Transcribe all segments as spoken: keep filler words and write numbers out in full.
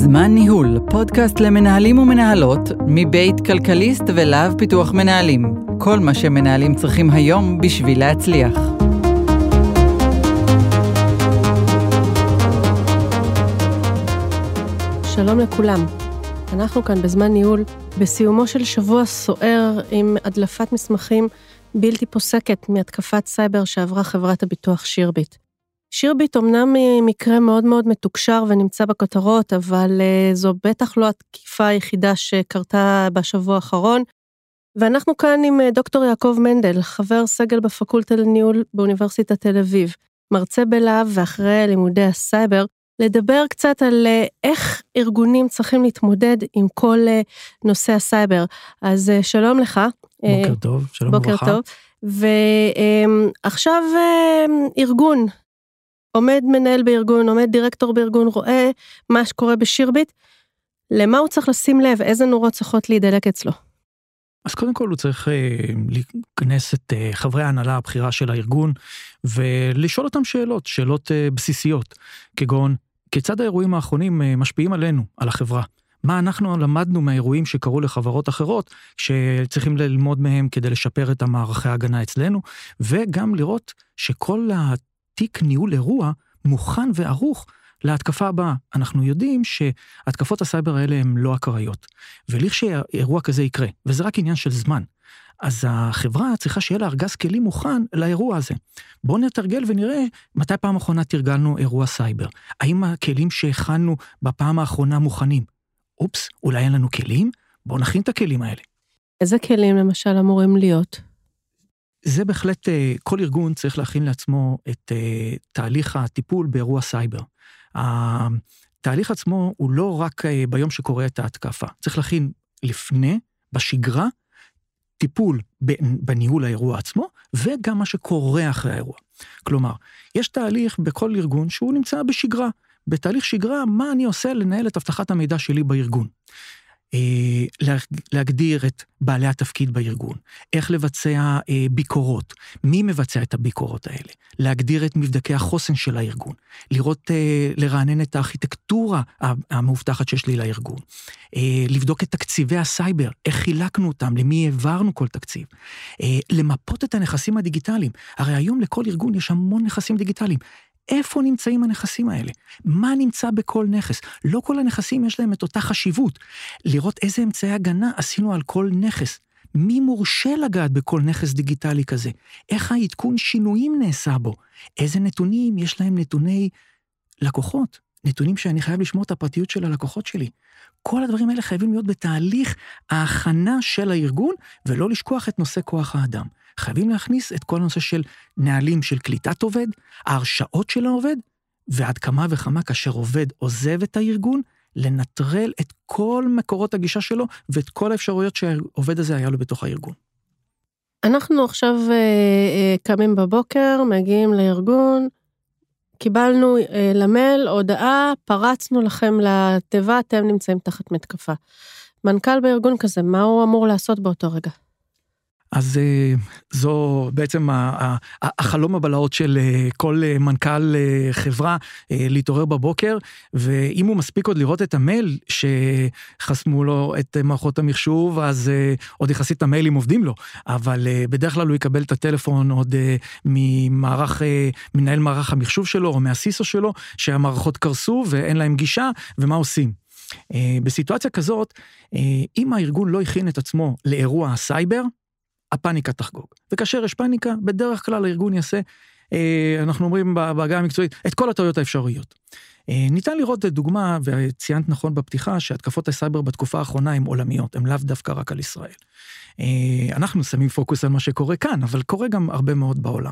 זמן ניהול, פודקאסט למנהלים ומנהלות, מבית כלכליסט ולהב פיתוח מנהלים. כל מה שמנהלים צריכים היום בשביל להצליח. שלום לכולם. אנחנו כאן בזמן ניהול, בסיומו של שבוע סוער עם הדלפת מסמכים בלתי פוסקת מהתקפת סייבר שעברה חברת הביטוח שירביט. שירביט אמנם מקרה מאוד מאוד מתוקשר ונמצא בכותרות, אבל זו בטח לא התקיפה היחידה שקרתה בשבוע האחרון, ואנחנו כאן עם דוקטור יעקב מנדל, חבר סגל בפקולטה לניהול באוניברסיטת תל אביב, מרצה בלהב ואחראי לימודי הסייבר, לדבר קצת על איך ארגונים צריכים להתמודד עם כל נושא הסייבר. אז שלום לך. בוקר טוב, שלום וברכה. בוקר טוב. ועכשיו ארגון, עומד מנהל בארגון, עומד דירקטור בארגון, רואה מה שקורה בשירביט, למה הוא צריך לשים לב, איזה נורות צריכות להידלק אצלו? אז קודם כל הוא צריך להיכנס את חברי ההנהלה הבחירה של הארגון, ולשאול אותם שאלות, שאלות בסיסיות, כגון, כיצד האירועים האחרונים משפיעים עלינו, על החברה? מה אנחנו למדנו מהאירועים שקרו לחברות אחרות, שצריכים ללמוד מהם כדי לשפר את המערכי ההגנה אצלנו, וגם לראות שכל התיק ניהול אירוע מוכן וערוך להתקפה הבאה. אנחנו יודעים שהתקפות הסייבר האלה הן לא אקראיות, ולכשאירוע כזה יקרה, וזה רק עניין של זמן, אז החברה צריכה שיהיה לה ארגז כלים מוכן לאירוע הזה. בואו נתרגל ונראה מתי פעם האחרונה תרגלנו אירוע סייבר. האם הכלים שהכנו בפעם האחרונה מוכנים? אופס, אולי אין לנו כלים? בואו נכין את הכלים האלה. איזה כלים למשל אמורים להיות? זה בהחלט, כל ארגון צריך להכין לעצמו את תהליך הטיפול באירוע סייבר. התהליך עצמו הוא לא רק ביום שקורה את ההתקפה. צריך להכין לפני, בשגרה, טיפול בניהול האירוע עצמו, וגם מה שקורה אחרי האירוע. כלומר, יש תהליך בכל ארגון שהוא נמצא בשגרה. בתהליך שגרה, מה אני עושה לנהל את הבטחת המידע שלי בארגון? להגדיר את בעלי התפקיד בארגון, איך לבצע ביקורות, מי מבצע את הביקורות האלה, להגדיר את מבדקי החוסן של הארגון, לראות, לרענן את הארכיטקטורה המובטחת שיש לי לארגון, לבדוק את תקציבי הסייבר, איך חילקנו אותם, למי העברנו כל תקציב, למפות את הנכסים הדיגיטליים, הרי היום לכל ארגון יש המון נכסים דיגיטליים, איפה נמצאים הנכסים האלה? מה נמצא בכל נכס? לא כל הנכסים יש להם את אותה חשיבות. לראות איזה אמצעי הגנה עשינו על כל נכס. מי מורשה לגעת בכל נכס דיגיטלי כזה? איך העדכון שינויים נעשה בו? איזה נתונים יש להם נתוני לקוחות? נתונים שאני חייב לשמור את הפרטיות של הלקוחות שלי. כל הדברים האלה חייבים להיות בתהליך ההכנה של הארגון, ולא לשכוח את נושא כוח האדם. חייבים להכניס את כל הנושא של נהלים של קליטת עובד, ההרשאות של העובד, ועד כמה וכמה כאשר עובד עוזב את הארגון, לנטרל את כל מקורות הגישה שלו, ואת כל האפשרויות שהעובד הזה היה לו בתוך הארגון. אנחנו עכשיו אה, אה, קמים בבוקר, מגיעים לארגון, קיבלנו אה, למייל, הודעה, פרצנו לכם לתיבה, אתם נמצאים תחת מתקפה. מנכ"ל בארגון כזה, מה הוא אמור לעשות באותו רגע? אז זו בעצם החלום הבלהות של כל מנכ"ל חברה, להתעורר בבוקר, ואם הוא מספיק עוד לראות את המייל שחסמו לו את מערכות המחשוב, אז עוד יחסית המיילים עובדים לו, אבל בדרך כלל הוא יקבל את הטלפון עוד ממערך, מנהל מערך המחשוב שלו, או מהסיסו שלו, שהמערכות קרסו ואין להם גישה, ומה עושים? בסיטואציה כזאת, אם הארגון לא הכין את עצמו לאירוע הסייבר, הפאניקה תחגוג. וכאשר יש פאניקה, בדרך כלל הארגון יעשה, אנחנו אומרים בהגה המקצועית, את כל הטעויות האפשריות. ניתן לראות דוגמה, וציינת נכון בפתיחה, שהתקפות הסייבר בתקופה האחרונה הן עולמיות, הן לאו דווקא רק על ישראל. אנחנו שמים פוקוס על מה שקורה כאן, אבל קורה גם הרבה מאוד בעולם.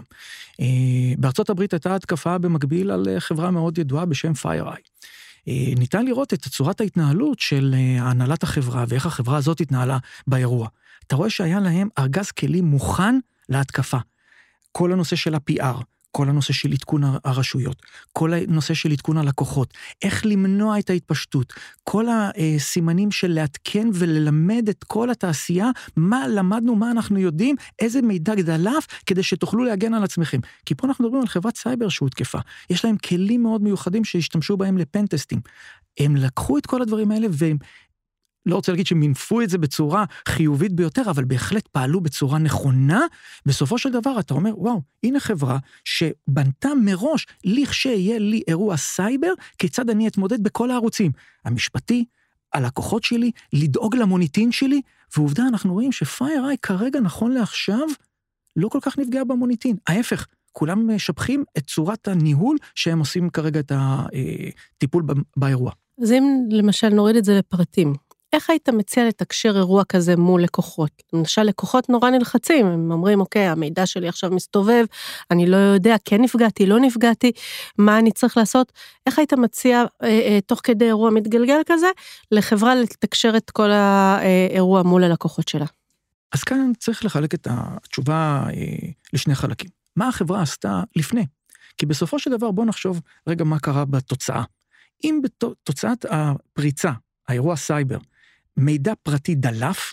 בארצות הברית הייתה התקפה במקביל על חברה מאוד ידועה בשם FireEye. ניתן לראות את צורת ההתנהלות של הנהלת החברה, ואיך החברה הזאת התנהלה באירוע. אתה רואה שהיה להם ארגז כלים מוכן להתקפה. כל הנושא של ה-פי אר, כל הנושא של עדכון הרשויות, כל הנושא של עדכון הלקוחות, איך למנוע את ההתפשטות, כל הסימנים של להתקן וללמד את כל התעשייה, מה למדנו, מה אנחנו יודעים, איזה מידע גדלף, כדי שתוכלו להגן על עצמכם. כי פה אנחנו מדברים על חברת סייבר שהותקפה. יש להם כלים מאוד מיוחדים שהשתמשו בהם לפנטסטים. הם לקחו את כל הדברים האלה, והם, לא רוצה להגיד שמינפו את זה בצורה חיובית ביותר, אבל בהחלט פעלו בצורה נכונה. בסופו של דבר אתה אומר, וואו, הנה חברה שבנתה מראש, לכשיהיה לי אירוע סייבר, כיצד אני אתמודד בכל הערוצים, המשפטי, הלקוחות שלי, לדאוג למוניטין שלי, ועובדה אנחנו רואים ש-FireEye כרגע נכון לעכשיו, לא כל כך נפגע במוניטין. ההפך, כולם משבחים את צורת הניהול שהם עושים כרגע את הטיפול באירוע. אז אם למשל נוריד את זה לפרטים, איך היית מציע לתקשר אירוע כזה מול לקוחות? למשל, לקוחות נורא נלחצים, הם אומרים, אוקיי, המידע שלי עכשיו מסתובב, אני לא יודע, כן נפגעתי, לא נפגעתי, מה אני צריך לעשות? איך היית מציע, אה, אה, תוך כדי אירוע מתגלגל כזה, לחברה לתקשר את כל האירוע מול הלקוחות שלה? אז כאן צריך לחלק את התשובה אה, לשני חלקים. מה החברה עשתה לפני? כי בסופו של דבר בוא נחשוב רגע מה קרה בתוצאה. אם בתוצאת הפריצה, האירוע סייבר, מידע פרטי דלף,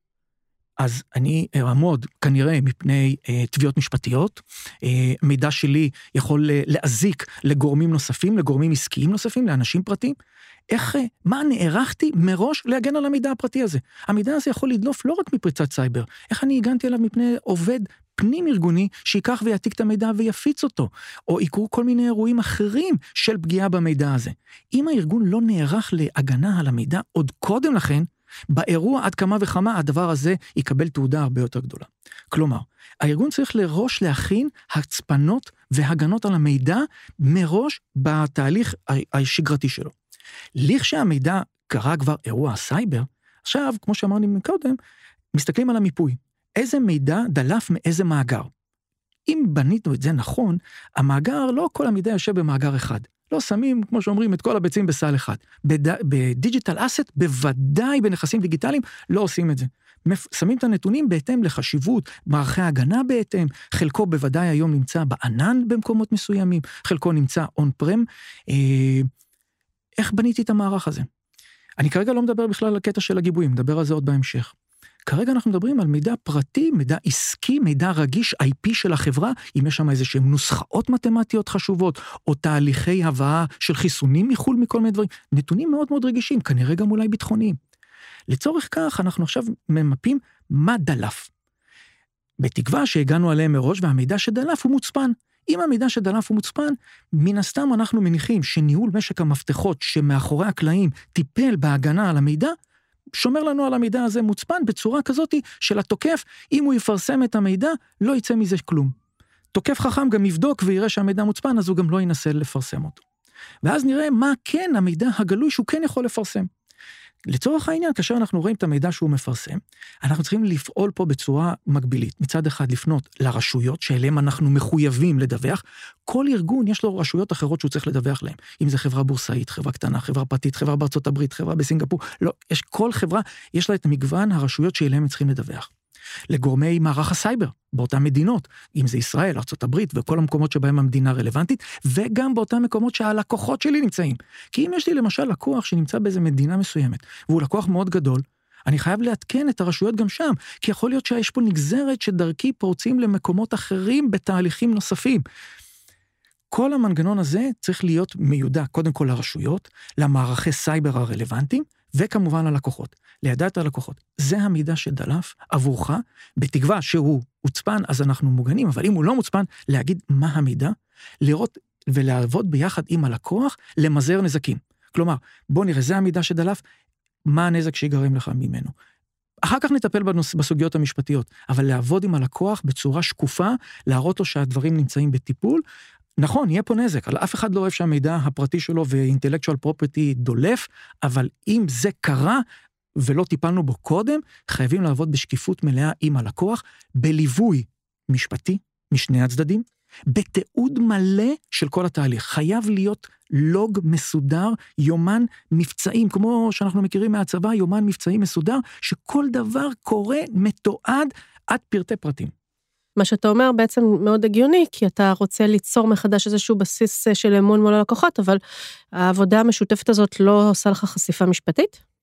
אז אני אעמוד כנראה מפני אה, תביעות משפטיות, אה, מידע שלי יכול להזיק לגורמים נוספים, לגורמים עסקיים נוספים, לאנשים פרטיים, איך, מה נערכתי מראש להגן על המידע הפרטי הזה? המידע הזה יכול לדלוף לא רק מפריצת סייבר, איך אני הגנתי עליו מפני עובד פנים ארגוני שיקח ויעתיק את המידע ויפיץ אותו, או יקרו כל מיני אירועים אחרים של פגיעה במידע הזה. אם הארגון לא נערך להגנה על המידע עוד קודם לכן, באירוע עד כמה וכמה הדבר הזה יקבל תעודה הרבה יותר גדולה. כלומר, הארגון צריך לראש להכין הצפנות והגנות על המידע מראש בתהליך השגרתי שלו. לכשהמידע קרה כבר אירוע הסייבר, עכשיו, כמו שאמרנו מקודם, מסתכלים על המיפוי. איזה מידע דלף מאיזה מאגר. אם בנינו את זה נכון, המאגר, לא כל המידע יושב במאגר אחד. לא שמים, כמו שאומרים, את כל הביצים בסל אחד. בדיג'יטל אסט, בוודאי בנכסים דיגיטליים, לא עושים את זה. שמים את הנתונים בהתאם לחשיבות, מערכי הגנה בהתאם, חלקו בוודאי היום נמצא בענן במקומות מסוימים, חלקו נמצא און פרם. אה, איך בניתי את המערך הזה? אני כרגע לא מדבר בכלל על הקטע של הגיבויים, מדבר על זה עוד בהמשך. כרגע אנחנו מדברים על מידע פרטי, מידע עסקי, מידע רגיש, איי פי של החברה, אם יש שם איזה שהן נוסחאות מתמטיות חשובות, או תהליכי הבאה של חיסונים מחול מכל מיני דברים, נתונים מאוד מאוד רגישים, כנראה גם אולי ביטחוניים. לצורך כך אנחנו עכשיו ממפים מה דלף. בתקווה שהגענו עליהם מראש, והמידע שדלף הוא מוצפן. אם המידע שדלף הוא מוצפן, מן הסתם אנחנו מניחים שניהול משק המפתחות שמאחורי הקלעים טיפל בהגנה על המידע, שומר לנו על המידע הזה מוצפן בצורה כזאת של התוקף, אם הוא יפרסם את המידע, לא יצא מזה כלום. תוקף חכם גם יבדוק ויראה שהמידע מוצפן, אז הוא גם לא ינסה לפרסם אותו. ואז נראה מה כן המידע הגלוי שהוא כן יכול לפרסם. לצורך העניין, כאשר אנחנו רואים את המידע שהוא מפרסם, אנחנו צריכים לפעול פה בצורה מקבילית. מצד אחד לפנות לרשויות שאליהם אנחנו מחויבים לדווח, כל ארגון יש לו רשויות אחרות שהוא צריך לדווח להם. אם זה חברה בורסאית, חברה קטנה, חברה פרטית, חברה בארצות הברית, חברה בסינגפור, לא, יש כל חברה, יש לה את המגוון הרשויות שאליהם הם צריכים לדווח. לגורמי מערך הסייבר, באותן מדינות, אם זה ישראל, ארצות הברית, וכל המקומות שבהם המדינה רלוונטית, וגם באותם מקומות שהלקוחות שלי נמצאים. כי אם יש לי למשל לקוח שנמצא באיזה מדינה מסוימת, והוא לקוח מאוד גדול, אני חייב להתקן את הרשויות גם שם, כי יכול להיות שיש פה נגזרת שדרכי פורצים למקומות אחרים בתהליכים נוספים. כל המנגנון הזה צריך להיות מיודע, קודם כל לרשויות, למערכי סייבר הרלוונטיים, וכמובן ללקוחות, לידע את הלקוחות. זה המידע שדלף עבורך, בתקווה שהוא הוצפן, אז אנחנו מוגנים, אבל אם הוא לא מוצפן, להגיד מה המידע, לראות ולעבוד ביחד עם הלקוח, למזער נזקים. כלומר, בוא נראה, זה המידע שדלף, מה הנזק שיגרם לך ממנו. אחר כך נטפל בנוס, בסוגיות המשפטיות, אבל לעבוד עם הלקוח בצורה שקופה, להראות לו שהדברים נמצאים בטיפול, נכון, יהיה פה נזק, אבל אף אחד לא אוהב שהמידע הפרטי שלו ואינטלקטואל פרופרטי דולף, אבל אם זה קרה ולא טיפלנו בו קודם, חייבים לעבוד בשקיפות מלאה עם הלקוח, בליווי משפטי משני הצדדים, בתיעוד מלא של כל התהליך. חייב להיות לוג מסודר, יומן מבצעים, כמו שאנחנו מכירים מהצבא, יומן מבצעים מסודר, שכל דבר קורה מתועד עד פרטי פרטים. מה שאתה אומר בעצם מאוד הגיוני, כי אתה רוצה ליצור מחדש איזשהו בסיס של אמון מול הלקוחות, אבל העבודה המשותפת הזאת לא עושה לך חשיפה משפטית?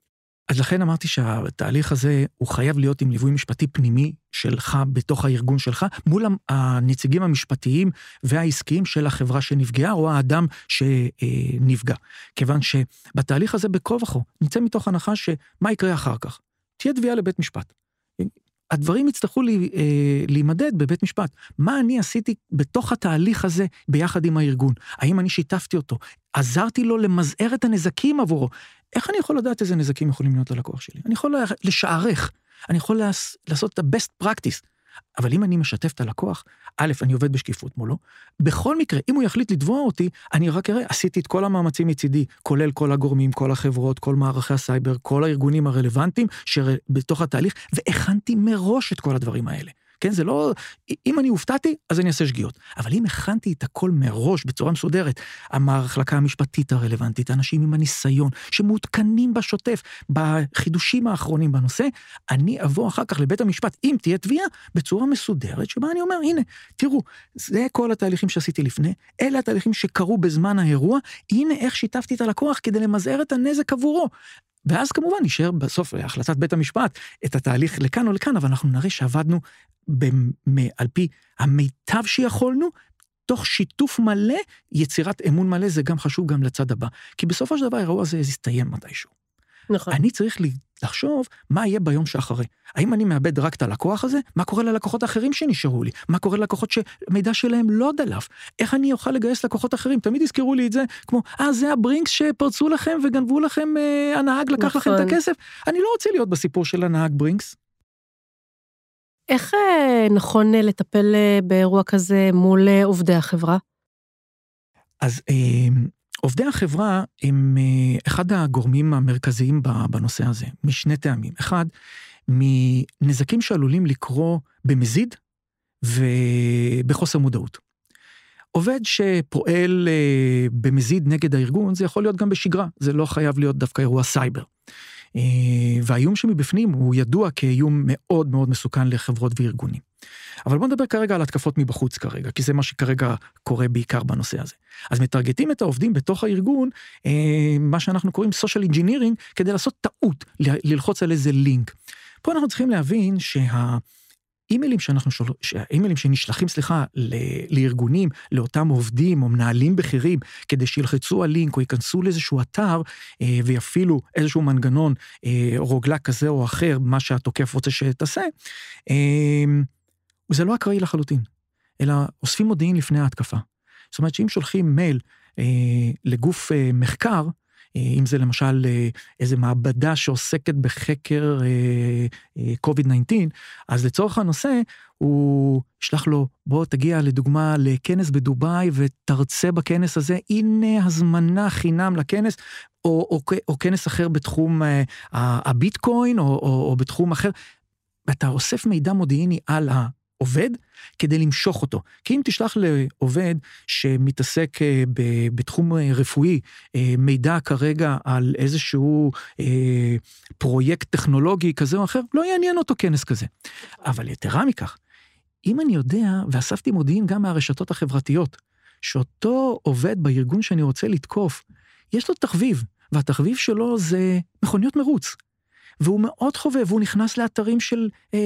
אז לכן אמרתי שהתהליך הזה הוא חייב להיות עם ליווי משפטי פנימי שלך בתוך הארגון שלך, מול הנציגים המשפטיים והעסקיים של החברה שנפגעה, או האדם שנפגע. כיוון שבתהליך הזה בכל וכה, נצא מתוך הנחה שמה יקרה אחר כך? תהיה תביעה לבית משפט. הדברים יצטרכו לי, אה, להימדד בבית משפט. מה אני עשיתי בתוך התהליך הזה ביחד עם הארגון? האם אני שיתפתי אותו? עזרתי לו למזער את הנזקים עבורו? איך אני יכול לדעת איזה נזקים יכולים להיות ללקוח שלי? אני יכול לשערך, אני יכול לעשות את ה-best practice, אבל אם אני משתף את הלקוח, א', אני עובד בשקיפות מולו, בכל מקרה, אם הוא יחליט לתבוע אותי, אני רק אראה, עשיתי את כל המאמצים מצידי, כולל כל הגורמים, כל החברות, כל מערכי הסייבר, כל הארגונים הרלוונטיים, שבתוך התהליך, והכנתי מראש את כל הדברים האלה. כן, זה לא, אם אני הופתעתי, אז אני אעשה שגיאות. אבל אם הכנתי את הכל מראש, בצורה מסודרת, המחלקה המשפטית הרלוונטית, האנשים עם הניסיון, שמעודכנים בשוטף, בחידושים האחרונים בנושא, אני אבוא אחר כך לבית המשפט, אם תהיה תביעה, בצורה מסודרת, שבה אני אומר, הנה, תראו, זה כל התהליכים שעשיתי לפני, אלה התהליכים שקרו בזמן האירוע, הנה איך שיתפתי את הלקוח, כדי למזער את הנזק עבורו. ואז כמובן נשאר בסוף החלטת בית המשפט את התהליך לכאן או לכאן, אבל אנחנו נראה שעבדנו על פי המיטב שיכולנו, תוך שיתוף מלא, יצירת אמון מלא, זה גם חשוב גם לצד הבא. כי בסופו של דבר האירוע הזה יסתיים מתישהו. נכון. אני צריך לחשוב מה יהיה ביום שאחרי. האם אני מאבד רק את הלקוח הזה? מה קורה ללקוחות האחרים שנשארו לי? מה קורה ללקוחות שמידע שלהם לא דלף? איך אני אוכל לגייס לקוחות אחרים? תמיד יזכרו לי את זה, כמו, אה, זה הברינקס שפרצו לכם וגנבו לכם, אה, הנהג לקח נכון. לכם את הכסף. אני לא רוצה להיות בסיפור של הנהג ברינקס. איך אה, נכון לטפל אה, באירוע כזה מול אה, עובדי החברה? אז אה, עובדי החברה הם אה, אחד הגורמים המרכזיים בנושא הזה, משני טעמים. אחד, מנזקים שעלולים לקרוא במזיד ובחוסר מודעות. עובד שפועל אה, במזיד נגד הארגון, זה יכול להיות גם בשגרה, זה לא חייב להיות דווקא אירוע סייבר. והאיום שמבפנים הוא ידוע כאיום מאוד מאוד מסוכן לחברות וארגונים. אבל בואו נדבר כרגע על התקפות מבחוץ כרגע, כי זה מה שכרגע קורה בעיקר בנושא הזה. אז מטרגטים את העובדים בתוך הארגון, מה שאנחנו קוראים social engineering, כדי לעשות טעות, ללחוץ על איזה לינק. פה אנחנו צריכים להבין שה... אימיילים שאנחנו שול... האימיילים שנשלחים, סליחה, ל... לארגונים, לאותם עובדים או מנהלים בכירים, כדי שילחצו על לינק או ייכנסו לאיזשהו אתר, אה, ויפעילו איזשהו מנגנון, אה, רוגלה כזה או אחר, מה שהתוקף רוצה שתעשה, אה, וזה לא אקראי לחלוטין, אלא אוספים מודיעין לפני ההתקפה. זאת אומרת שאם שולחים מייל אה, לגוף אה, מחקר, אם זה למשל איזו מעבדה שעוסקת בחקר קוביד תשע עשרה, אז לצורך הנושא, הוא ישלח לו, בוא תגיע לדוגמה לכנס בדובאי, ותרצה בכנס הזה, הנה הזמנה חינם לכנס, או, או, או כנס אחר בתחום הביטקוין, או, או, או בתחום אחר, ואתה אוסף מידע מודיעיני על ה... עובד, כדי למשוך אותו. כי אם תשלח לעובד שמתעסק בתחום רפואי, מידע כרגע על איזשהו פרויקט טכנולוגי כזה או אחר, לא יעניין אותו כנס כזה. אבל יתרה מכך, אם אני יודע, ואספתי מודיעין גם מהרשתות החברתיות, שאותו עובד בארגון שאני רוצה לתקוף, יש לו תחביב, והתחביב שלו זה מכוניות מרוץ. והוא מאוד חובב, והוא נכנס לאתרים של...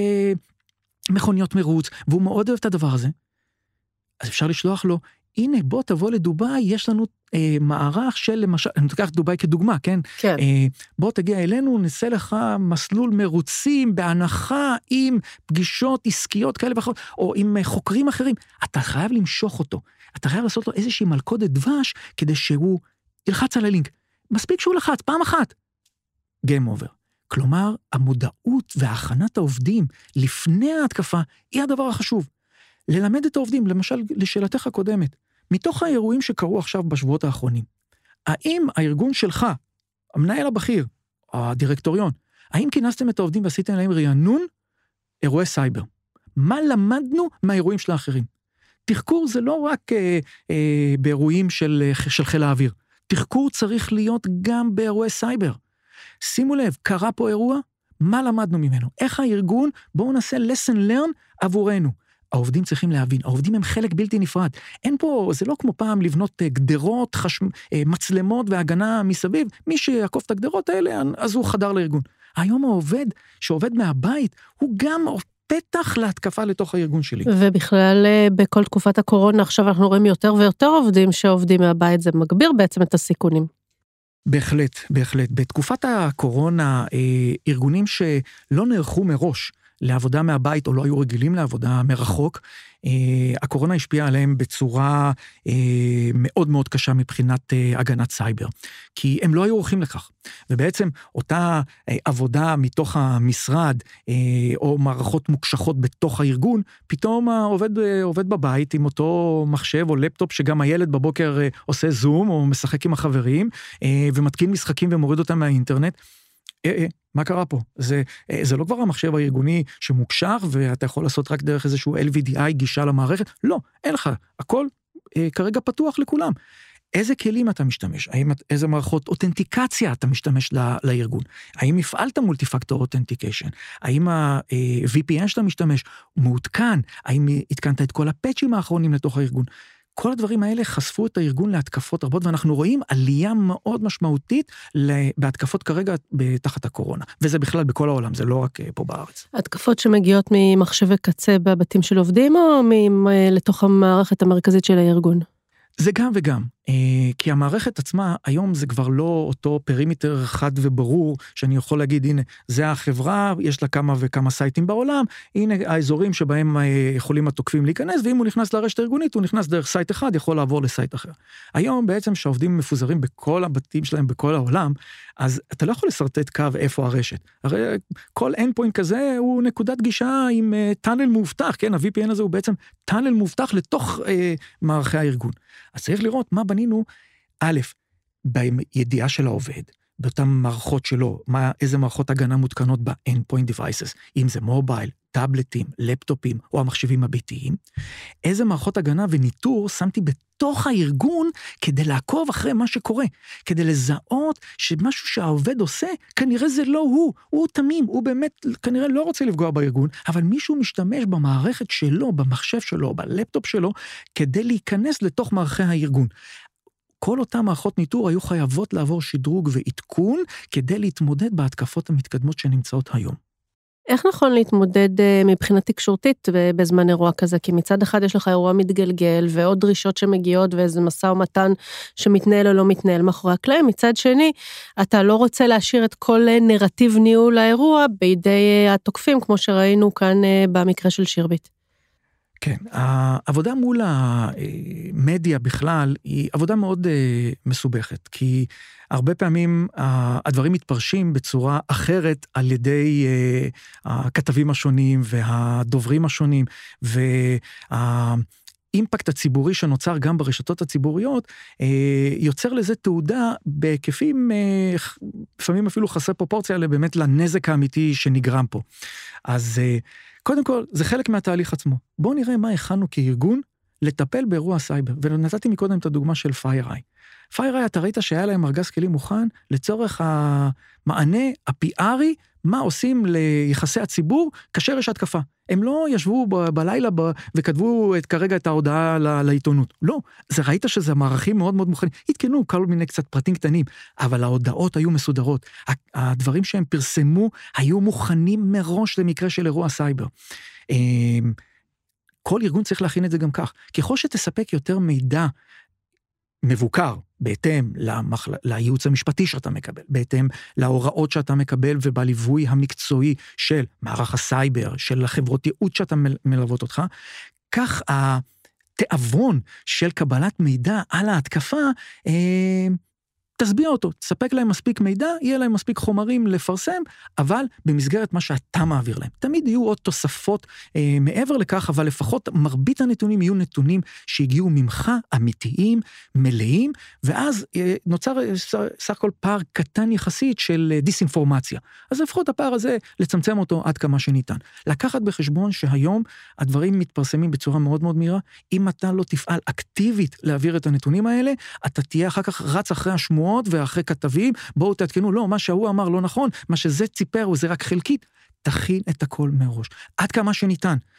מכוניות מרוץ, והוא מאוד אוהב את הדבר הזה, אז אפשר לשלוח לו, הנה בוא תבוא לדובאי, יש לנו אה, מערך של למשל, אני תוקח דובאי כדוגמה, כן? כן. אה, בוא תגיע אלינו, נעשה לך מסלול מרוצים, בהנחה עם פגישות עסקיות כאלה ואחרות, או עם חוקרים אחרים, אתה חייב למשוך אותו, אתה חייב לעשות לו איזושהי מלכודת דבש, כדי שהוא ילחץ על הלינק, מספיק שהוא לחץ, פעם אחת, game over. כלומר, המודעות וההכנת העובדים לפני ההתקפה היא הדבר החשוב. ללמד את העובדים, למשל, לשאלתך הקודמת, מתוך האירועים שקרו עכשיו בשבועות האחרונים, האם הארגון שלך, המנהל הבכיר, הדירקטוריון, האם כינסתם את העובדים ועשיתם להם רענון אירועי סייבר? מה למדנו מהאירועים של האחרים? תחקור זה לא רק אה, אה, באירועים של, של חיל האוויר. תחקור צריך להיות גם באירועי סייבר. שימו לב, קרה פה אירוע, מה למדנו ממנו? איך הארגון, בואו נעשה lesson learn עבורנו. העובדים צריכים להבין, העובדים הם חלק בלתי נפרד. אין פה, זה לא כמו פעם לבנות גדרות, חשמ... מצלמות והגנה מסביב. מי שיעקוף את הגדרות האלה, אז הוא חדר לארגון. היום העובד, שעובד מהבית, הוא גם פתח להתקפה לתוך הארגון שלי. ובכלל, בכל תקופת הקורונה, עכשיו אנחנו רואים יותר ויותר עובדים שעובדים מהבית, זה מגביר בעצם את הסיכונים. בהחלט, בהחלט. בתקופת הקורונה, ארגונים שלא נערכו מראש לעבודה מהבית, או לא היו רגילים לעבודה מרחוק, הקורונה השפיעה עליהם בצורה מאוד מאוד קשה מבחינת הגנת סייבר, כי הם לא היו עורכים לכך. ובעצם אותה עבודה מתוך המשרד, או מערכות מוקשחות בתוך הארגון, פתאום העובד עובד בבית עם אותו מחשב או לפטופ, שגם הילד בבוקר עושה זום, או משחק עם החברים, ומתקין משחקים ומוריד אותם מהאינטרנט. אה, אה, מה קרה פה? זה, זה לא כבר המחשב הארגוני שמוקשח, ואתה יכול לעשות רק דרך איזשהו אל וי די איי גישה למערכת? לא, אין לך. הכל אה, כרגע פתוח לכולם. איזה כלים אתה משתמש? האם, איזה מערכות אותנטיקציה אתה משתמש לא, לארגון? האם הפעלת מולטי-פקטור אותנטיקיישן? האם ה-וי פי אן שאתה משתמש מעודכן? האם התקנת את כל הפאצ'ים האחרונים לתוך הארגון? כל הדברים האלה חשפו את הארגון להתקפות רבות, ואנחנו רואים עלייה מאוד משמעותית בהתקפות כרגע בתחת הקורונה. וזה בכלל בכל העולם, זה לא רק פה בארץ. התקפות שמגיעות ממחשבי קצה בבתים של עובדים, או לתוך המערכת המרכזית של הארגון? זה גם וגם, כי המערכת עצמה, היום זה כבר לא אותו פרימיטר חד וברור, שאני יכול להגיד, הנה, זה החברה, יש לה כמה וכמה סייטים בעולם, הנה האזורים שבהם יכולים התוקפים להיכנס, ואם הוא נכנס לרשת הארגונית, הוא נכנס דרך סייט אחד, יכול לעבור לסייט אחר. היום בעצם שהעובדים מפוזרים בכל הבתים שלהם, בכל העולם, אז אתה לא יכול לסרטט קו איפה הרשת. הרי כל endpoint כזה הוא נקודת גישה עם טאנל מובטח, כן, ה-וי פי אן הזה הוא בעצם טאנל מובטח לתוך אה, מערכי הארגון. אז צריך לראות מה בנינו, א', בידיעה של העובד, באותן מערכות שלו, מה, איזה מערכות הגנה מותקנות ב-endpoint devices, אם זה מובייל, טאבלטים, לפטופים, או המחשבים הביתיים, איזה מערכות הגנה וניטור שמתי בתוך הארגון, כדי לעקוב אחרי מה שקורה, כדי לזהות שמשהו שהעובד עושה, כנראה זה לא הוא, הוא תמים, הוא באמת כנראה לא רוצה לפגוע בארגון, אבל מישהו משתמש במערכת שלו, במחשב שלו, בלפטופ שלו, כדי להיכנס לתוך מערכי הארגון. כל אותם מערכות ניטור היו חייבות לעבור שדרוג ועדכון, כדי להתמודד בהתקפות המתקדמות שנמצאות היום. איך נכון להתמודד מבחינה תקשורתית בזמן אירוע כזה? כי מצד אחד יש לך אירוע מתגלגל, ועוד דרישות שמגיעות, ואיזה מסע ומתן שמתנהל או לא מתנהל מאחורי הקלעים. מצד שני, אתה לא רוצה להשאיר את כל נרטיב ניהול האירוע בידי התוקפים, כמו שראינו כאן במקרה של שירביט. כן, העבודה מול המדיה בכלל היא עבודה מאוד מסובכת, כי הרבה פעמים הדברים מתפרשים בצורה אחרת על ידי הכתבים השונים והדוברים השונים, והאימפקט הציבורי שנוצר גם ברשתות הציבוריות, יוצר לזה תעודה בהיקפים, לפעמים אפילו חסר פרופורציה באמת לנזק האמיתי שנגרם פה. אז קודם כל, זה חלק מהתהליך עצמו. בואו נראה מה הכנו כארגון לטפל באירוע סייבר. ונתתי מקודם את הדוגמה של FireEye. FireEye, אתה ראית שהיה להם ארגז כלים מוכן לצורך המענה הפי ארי, מה עושים ליחסי הציבור כאשר יש התקפה. הם לא ישבו ב- בלילה ב- וכתבו את, כרגע את ההודעה ל- לעיתונות. לא, זה ראית שזה מערכים מאוד מאוד מוכנים. התקנו כל מיני קצת פרטים קטנים, אבל ההודעות היו מסודרות. הדברים שהם פרסמו היו מוכנים מראש למקרה של אירוע סייבר. כל ארגון צריך להכין את זה גם כך. ככל שתספק יותר מידע מבוקר, בהתאם למחל... לייעוץ המשפטי שאתה מקבל, בהתאם להוראות שאתה מקבל ובליווי המקצועי של מערך הסייבר, של החברות ייעוץ שאתה מלוות אותך, כך התיאבון של קבלת מידע על ההתקפה, אה, תסביע אותו, תספק להם מספיק מידע, יהיה להם מספיק חומרים לפרסם, אבל במסגרת מה שאתה מעביר להם. תמיד יהיו עוד תוספות אה, מעבר לכך, אבל לפחות מרבית הנתונים יהיו נתונים שהגיעו ממך, אמיתיים, מלאים, ואז אה, נוצר אה, סך הכל פער קטן יחסית של אה, דיסאינפורמציה. אז לפחות הפער הזה, לצמצם אותו עד כמה שניתן. לקחת בחשבון שהיום הדברים מתפרסמים בצורה מאוד מאוד מהירה, אם אתה לא תפעל אקטיבית להעביר את הנתונים האלה, אתה תהיה אחר כך רץ אחרי השמועות, ואחרי כתבים, בואו תעדכנו, לא, מה שהוא אמר לא נכון, מה שזה ציפר וזה רק חלקית, תכין את הכל מראש, עד כמה שניתן.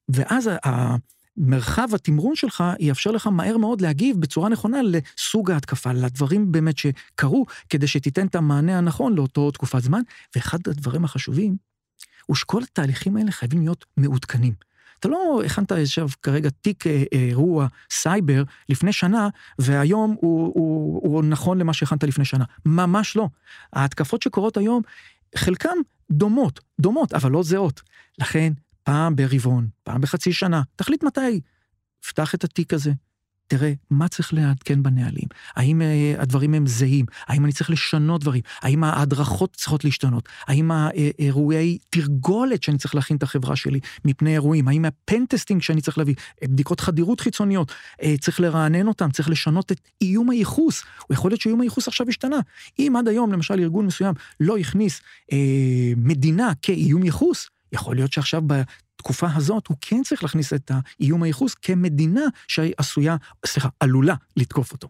ואז מרחב התמרון שלך יאפשר לך מהר מאוד להגיב בצורה נכונה לסוג ההתקפה, לדברים באמת שקרו, כדי שתיתן את המענה הנכון לאותו תקופת זמן, ואחד הדברים החשובים, הוא שכל התהליכים האלה חייבים להיות מעודכנים. אתה לא הכנת עכשיו כרגע תיק אירוע סייבר לפני שנה, והיום הוא, הוא, הוא נכון למה שהכנת לפני שנה. ממש לא. ההתקפות שקורות היום, חלקם דומות, דומות, אבל לא זהות. לכן, פעם ברבעון, פעם בחצי שנה, תחליט מתי, פתח את התיק הזה, תראה מה צריך לעדכן בנהלים, האם הדברים הם זהים, האם אני צריך לשנות דברים, האם ההדרכות צריכות להשתנות, האם האירועי תרגולת שאני צריך להכין את החברה שלי מפני אירועים, האם הפנטסטינג שאני צריך להביא, בדיקות חדירות חיצוניות, צריך לרענן אותם, צריך לשנות את איום הייחוס, הוא יכול להיות שאיום הייחוס עכשיו השתנה, אם עד היום למשל ארגון מסוים לא הכניס אה, מדינה כאיום ייחוס, יכול להיות שעכשיו בתקופה הזאת הוא כן צריך להכניס את האיום הייחוס כמדינה שעשויה, סליחה, עלולה לתקוף אותו.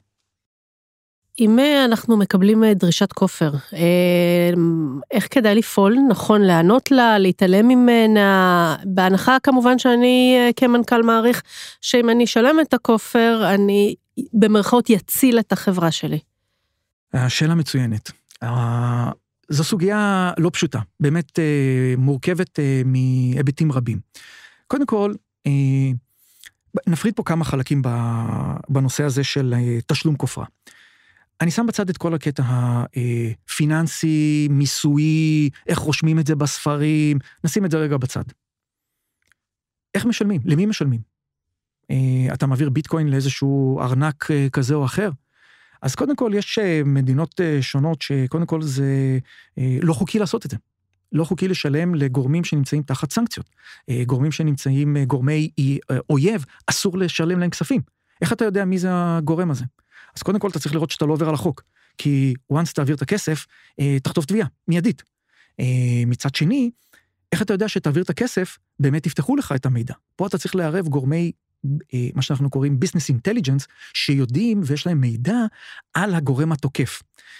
אם אנחנו מקבלים דרישת כופר, איך כדאי לפעול? נכון לענות לה, להתעלם ממנה, בהנחה כמובן שאני כמנכ"ל מעריך, שאם אני אשלם את הכופר, אני במרכאות יציל את החברה שלי. השאלה מצוינת. זו סוגיה לא פשוטה, באמת אה, מורכבת אה, מהיבטים רבים. קודם כל, אה, נפריד פה כמה חלקים בנושא הזה של אה, תשלום כופרה. אני שם בצד את כל הקטע הפיננסי, מיסוי, איך רושמים את זה בספרים, נשים את זה רגע בצד. איך משלמים? למי משלמים? אה, אתה מעביר ביטקוין לאיזשהו ארנק אה, כזה או אחר? אז קודם כל יש מדינות שונות שקודם כל זה לא חוקי לעשות את זה. לא חוקי לשלם לגורמים שנמצאים תחת סנקציות. גורמים שנמצאים, גורמי אויב, אסור לשלם להם כספים. איך אתה יודע מי זה הגורם הזה? אז קודם כל אתה צריך לראות שאתה לא עובר על החוק. כי once תעביר את הכסף, תחטוף תביעה, מיידית. מצד שני, איך אתה יודע שתעביר את הכסף, באמת יפתחו לך את המידע. פה אתה צריך לערב גורמי מה שאנחנו קוראים Business Intelligence, שיודעים ויש להם מידע על הגורם התוקף.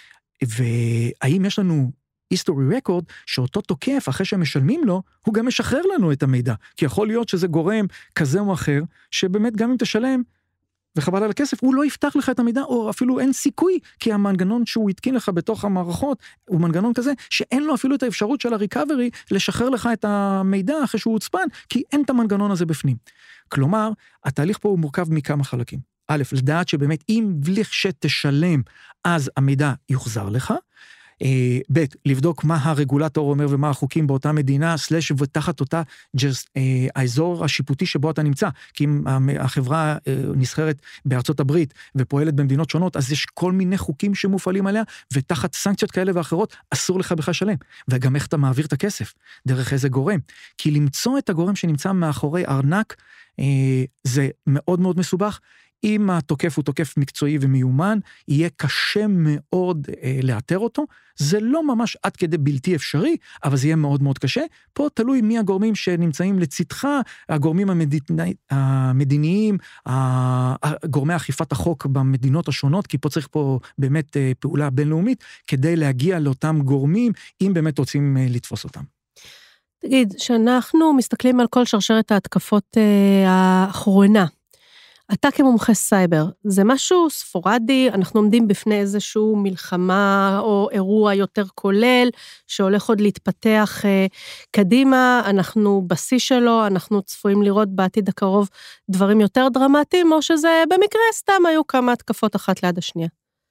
והאם יש לנו history record, שאותו תוקף, אחרי שהם משלמים לו, הוא גם משחרר לנו את המידע. כי יכול להיות שזה גורם כזה או אחר, שבאמת גם אם תשלם, וחבל על הכסף, הוא לא יפתח לך את המידע, או אפילו אין סיכוי, כי המנגנון שהוא התקין לך בתוך המערכות, הוא מנגנון כזה, שאין לו אפילו את האפשרות של הריקאברי, לשחרר לך את המידע אחרי שהוא הוצפן, כי אין את המנגנון הזה בפנים. כלומר, התהליך פה הוא מורכב מכמה חלקים. א', לדעת שבאמת אם לכשתשלם, אז המידע יוחזר לך, ב', לבדוק מה הרגולטור אומר ומה החוקים באותה מדינה, סלש ותחת אותה ג'רס, האזור השיפוטי שבו אתה נמצא, כי אם החברה נסחרת בארצות הברית ופועלת במדינות שונות, אז יש כל מיני חוקים שמופעלים עליה, ותחת סנקציות כאלה ואחרות, אסור לך בכלל לשלם. וגם איך אתה מעביר את הכסף, דרך איזה גורם. כי למצוא את הגורם שנמצא מאחורי ארנק, זה מאוד מאוד מסובך, אם התוקף הוא תוקף מקצועי ומיומן, יהיה קשה מאוד אה, לאתר אותו, זה לא ממש עד כדי בלתי אפשרי, אבל זה יהיה מאוד מאוד קשה, פה תלוי מי הגורמים שנמצאים לצדך, הגורמים המדיני, המדיניים, גורמי אכיפת החוק במדינות השונות, כי פה צריך פה באמת אה, פעולה בינלאומית, כדי להגיע לאותם גורמים, אם באמת רוצים אה, לתפוס אותם. תגיד, שאנחנו מסתכלים על כל שרשרת ההתקפות אה, האחרונה, אתה כמומחה סייבר, זה משהו ספורדי, אנחנו עומדים בפני איזשהו מלחמה או אירוע יותר כולל, שהולך עוד להתפתח אה, קדימה, אנחנו בשיא שלו, אנחנו צפויים לראות בעתיד הקרוב דברים יותר דרמטיים, או שזה במקרה סתם היו כמה התקפות אחת ליד השנייה.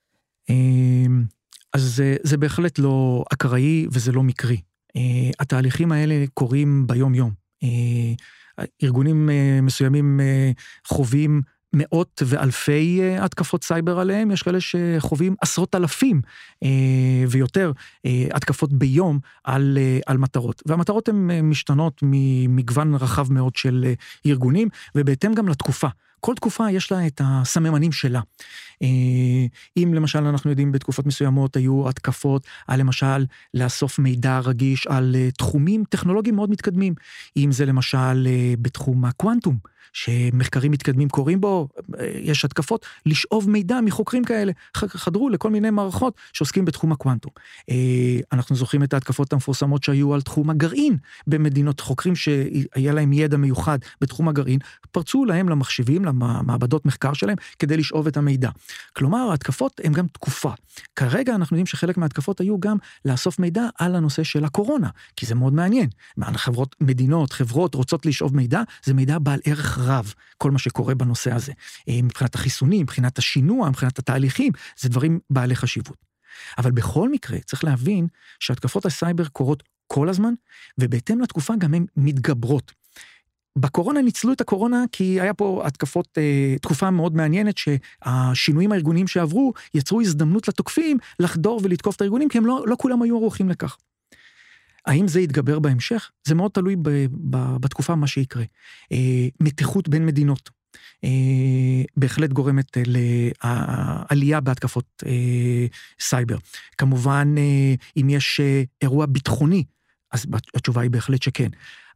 אז זה, זה בהחלט לא אקראי וזה לא מקרי. התהליכים האלה קורים ביום יום. ארגונים מסוימים חווים מאות ואלפי התקפות סייבר עליהם, יש כאלה שחווים עשרות אלפים ויותר התקפות ביום על, על מטרות. והמטרות הן משתנות ממגוון רחב מאוד של ארגונים, ובהתאם גם לתקופה. כל תקופה יש לה את הסממנים שלה. אם למשל אנחנו יודעים בתקופות מסוימות היו התקפות על למשל לאסוף מידע רגיש על תחומים טכנולוגיים מאוד מתקדמים, אם זה למשל בתחום הקוונטום, שמחקרים מתקדמים קוראים בו, יש התקפות לשאוב מידע מחוקרים כאלה, חדרו לכל מיני מערכות שעוסקים בתחום הקוונטום. אנחנו זוכרים את ההתקפות המפורסמות שהיו על תחום הגרעין, במדינות חוקרים שהיה להם ידע מיוחד בתחום הגרעין, פרצו להם למחשבים, למעבדות מחקר שלהם, כדי לשאוב את המידע. כלומר, ההתקפות הן גם תקופה. כרגע אנחנו יודעים שחלק מההתקפות היו גם לאסוף מידע על הנושא של הקורונה, כי זה מאוד מעניין. חברות, מדינות, חברות רוצות לשאוב מידע, זה מידע בעל ערך רב, כל מה שקורה בנושא הזה. מבחינת החיסונים, מבחינת השינוע, מבחינת התהליכים, זה דברים בעלי חשיבות. אבל בכל מקרה, צריך להבין שהתקפות הסייבר קורות כל הזמן, ובהתאם לתקופה גם הן מתגברות. בקורונה ניצלו את הקורונה, כי היה פה התקפות, תקופה מאוד מעניינת, שהשינויים הארגוניים שעברו, יצרו הזדמנות לתוקפים, לחדור ולתקוף את הארגונים, כי הם לא, לא כולם היו ערוכים לכך. האם זה יתגבר בהמשך? זה מאוד תלוי ב, ב, בתקופה מה שיקרה. מתיחות בין מדינות, בהחלט גורמת לעלייה בהתקפות סייבר. כמובן, אם יש אירוע ביטחוני, אז התשובה היא בהחלט שכן.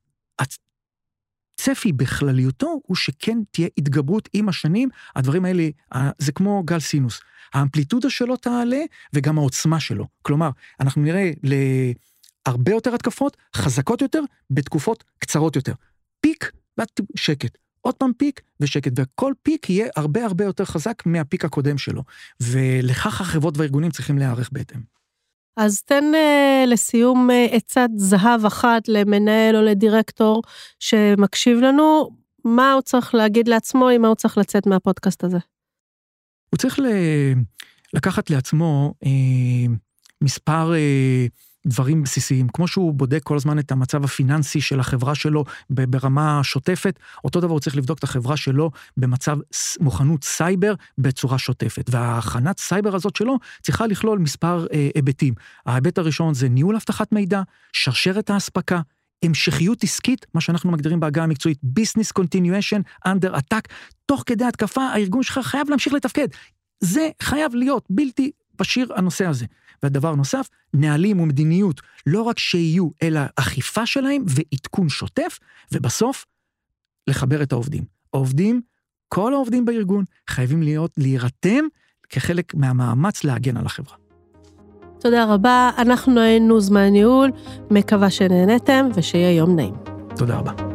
הצפי בכלליותו הוא שכן תהיה התגברות עם השנים, הדברים האלה, זה כמו גל סינוס. האמפליטודה שלו תעלה וגם העוצמה שלו. כלומר, אנחנו נראה להרבה יותר התקפות, חזקות יותר, בתקופות קצרות יותר. פיק ושקט. עוד פעם פיק ושקט, וכל פיק יהיה הרבה הרבה יותר חזק מהפיק הקודם שלו. ולכך החברות והארגונים צריכים להיערך בהתאם. אז תן uh, לסיום uh, עצת זהב אחת למנהל או לדירקטור שמקשיב לנו, מה הוא צריך להגיד לעצמו, אם מה הוא צריך לצאת מהפודקאסט הזה? הוא צריך ל... לקחת לעצמו אה, מספר אה, דברים בסיסיים, כמו שהוא בודק כל הזמן את המצב הפיננסי של החברה שלו ברמה שוטפת, אותו דבר הוא צריך לבדוק את החברה שלו במצב מוכנות סייבר בצורה שוטפת, וההכנת סייבר הזאת שלו צריכה לכלול מספר אה, היבטים. ההיבט הראשון זה ניהול הבטחת מידע, שרשרת ההספקה, המשכיות עסקית, מה שאנחנו מגדירים בהגה המקצועית, business continuation under attack, תוך כדי התקפה הארגון שלך חייב להמשיך לתפקד. זה חייב להיות בלתי פשיר הנושא הזה. והדבר נוסף, נהלים ומדיניות, לא רק שיהיו, אלא אכיפה שלהם ועדכון שוטף, ובסוף, לחבר את העובדים. העובדים, כל העובדים בארגון, חייבים להיות, להירתם כחלק מהמאמץ להגן על החברה. תודה רבה, אנחנו היינו זמן ניהול, מקווה שנהנתם ושיהיה יום נעים. תודה רבה.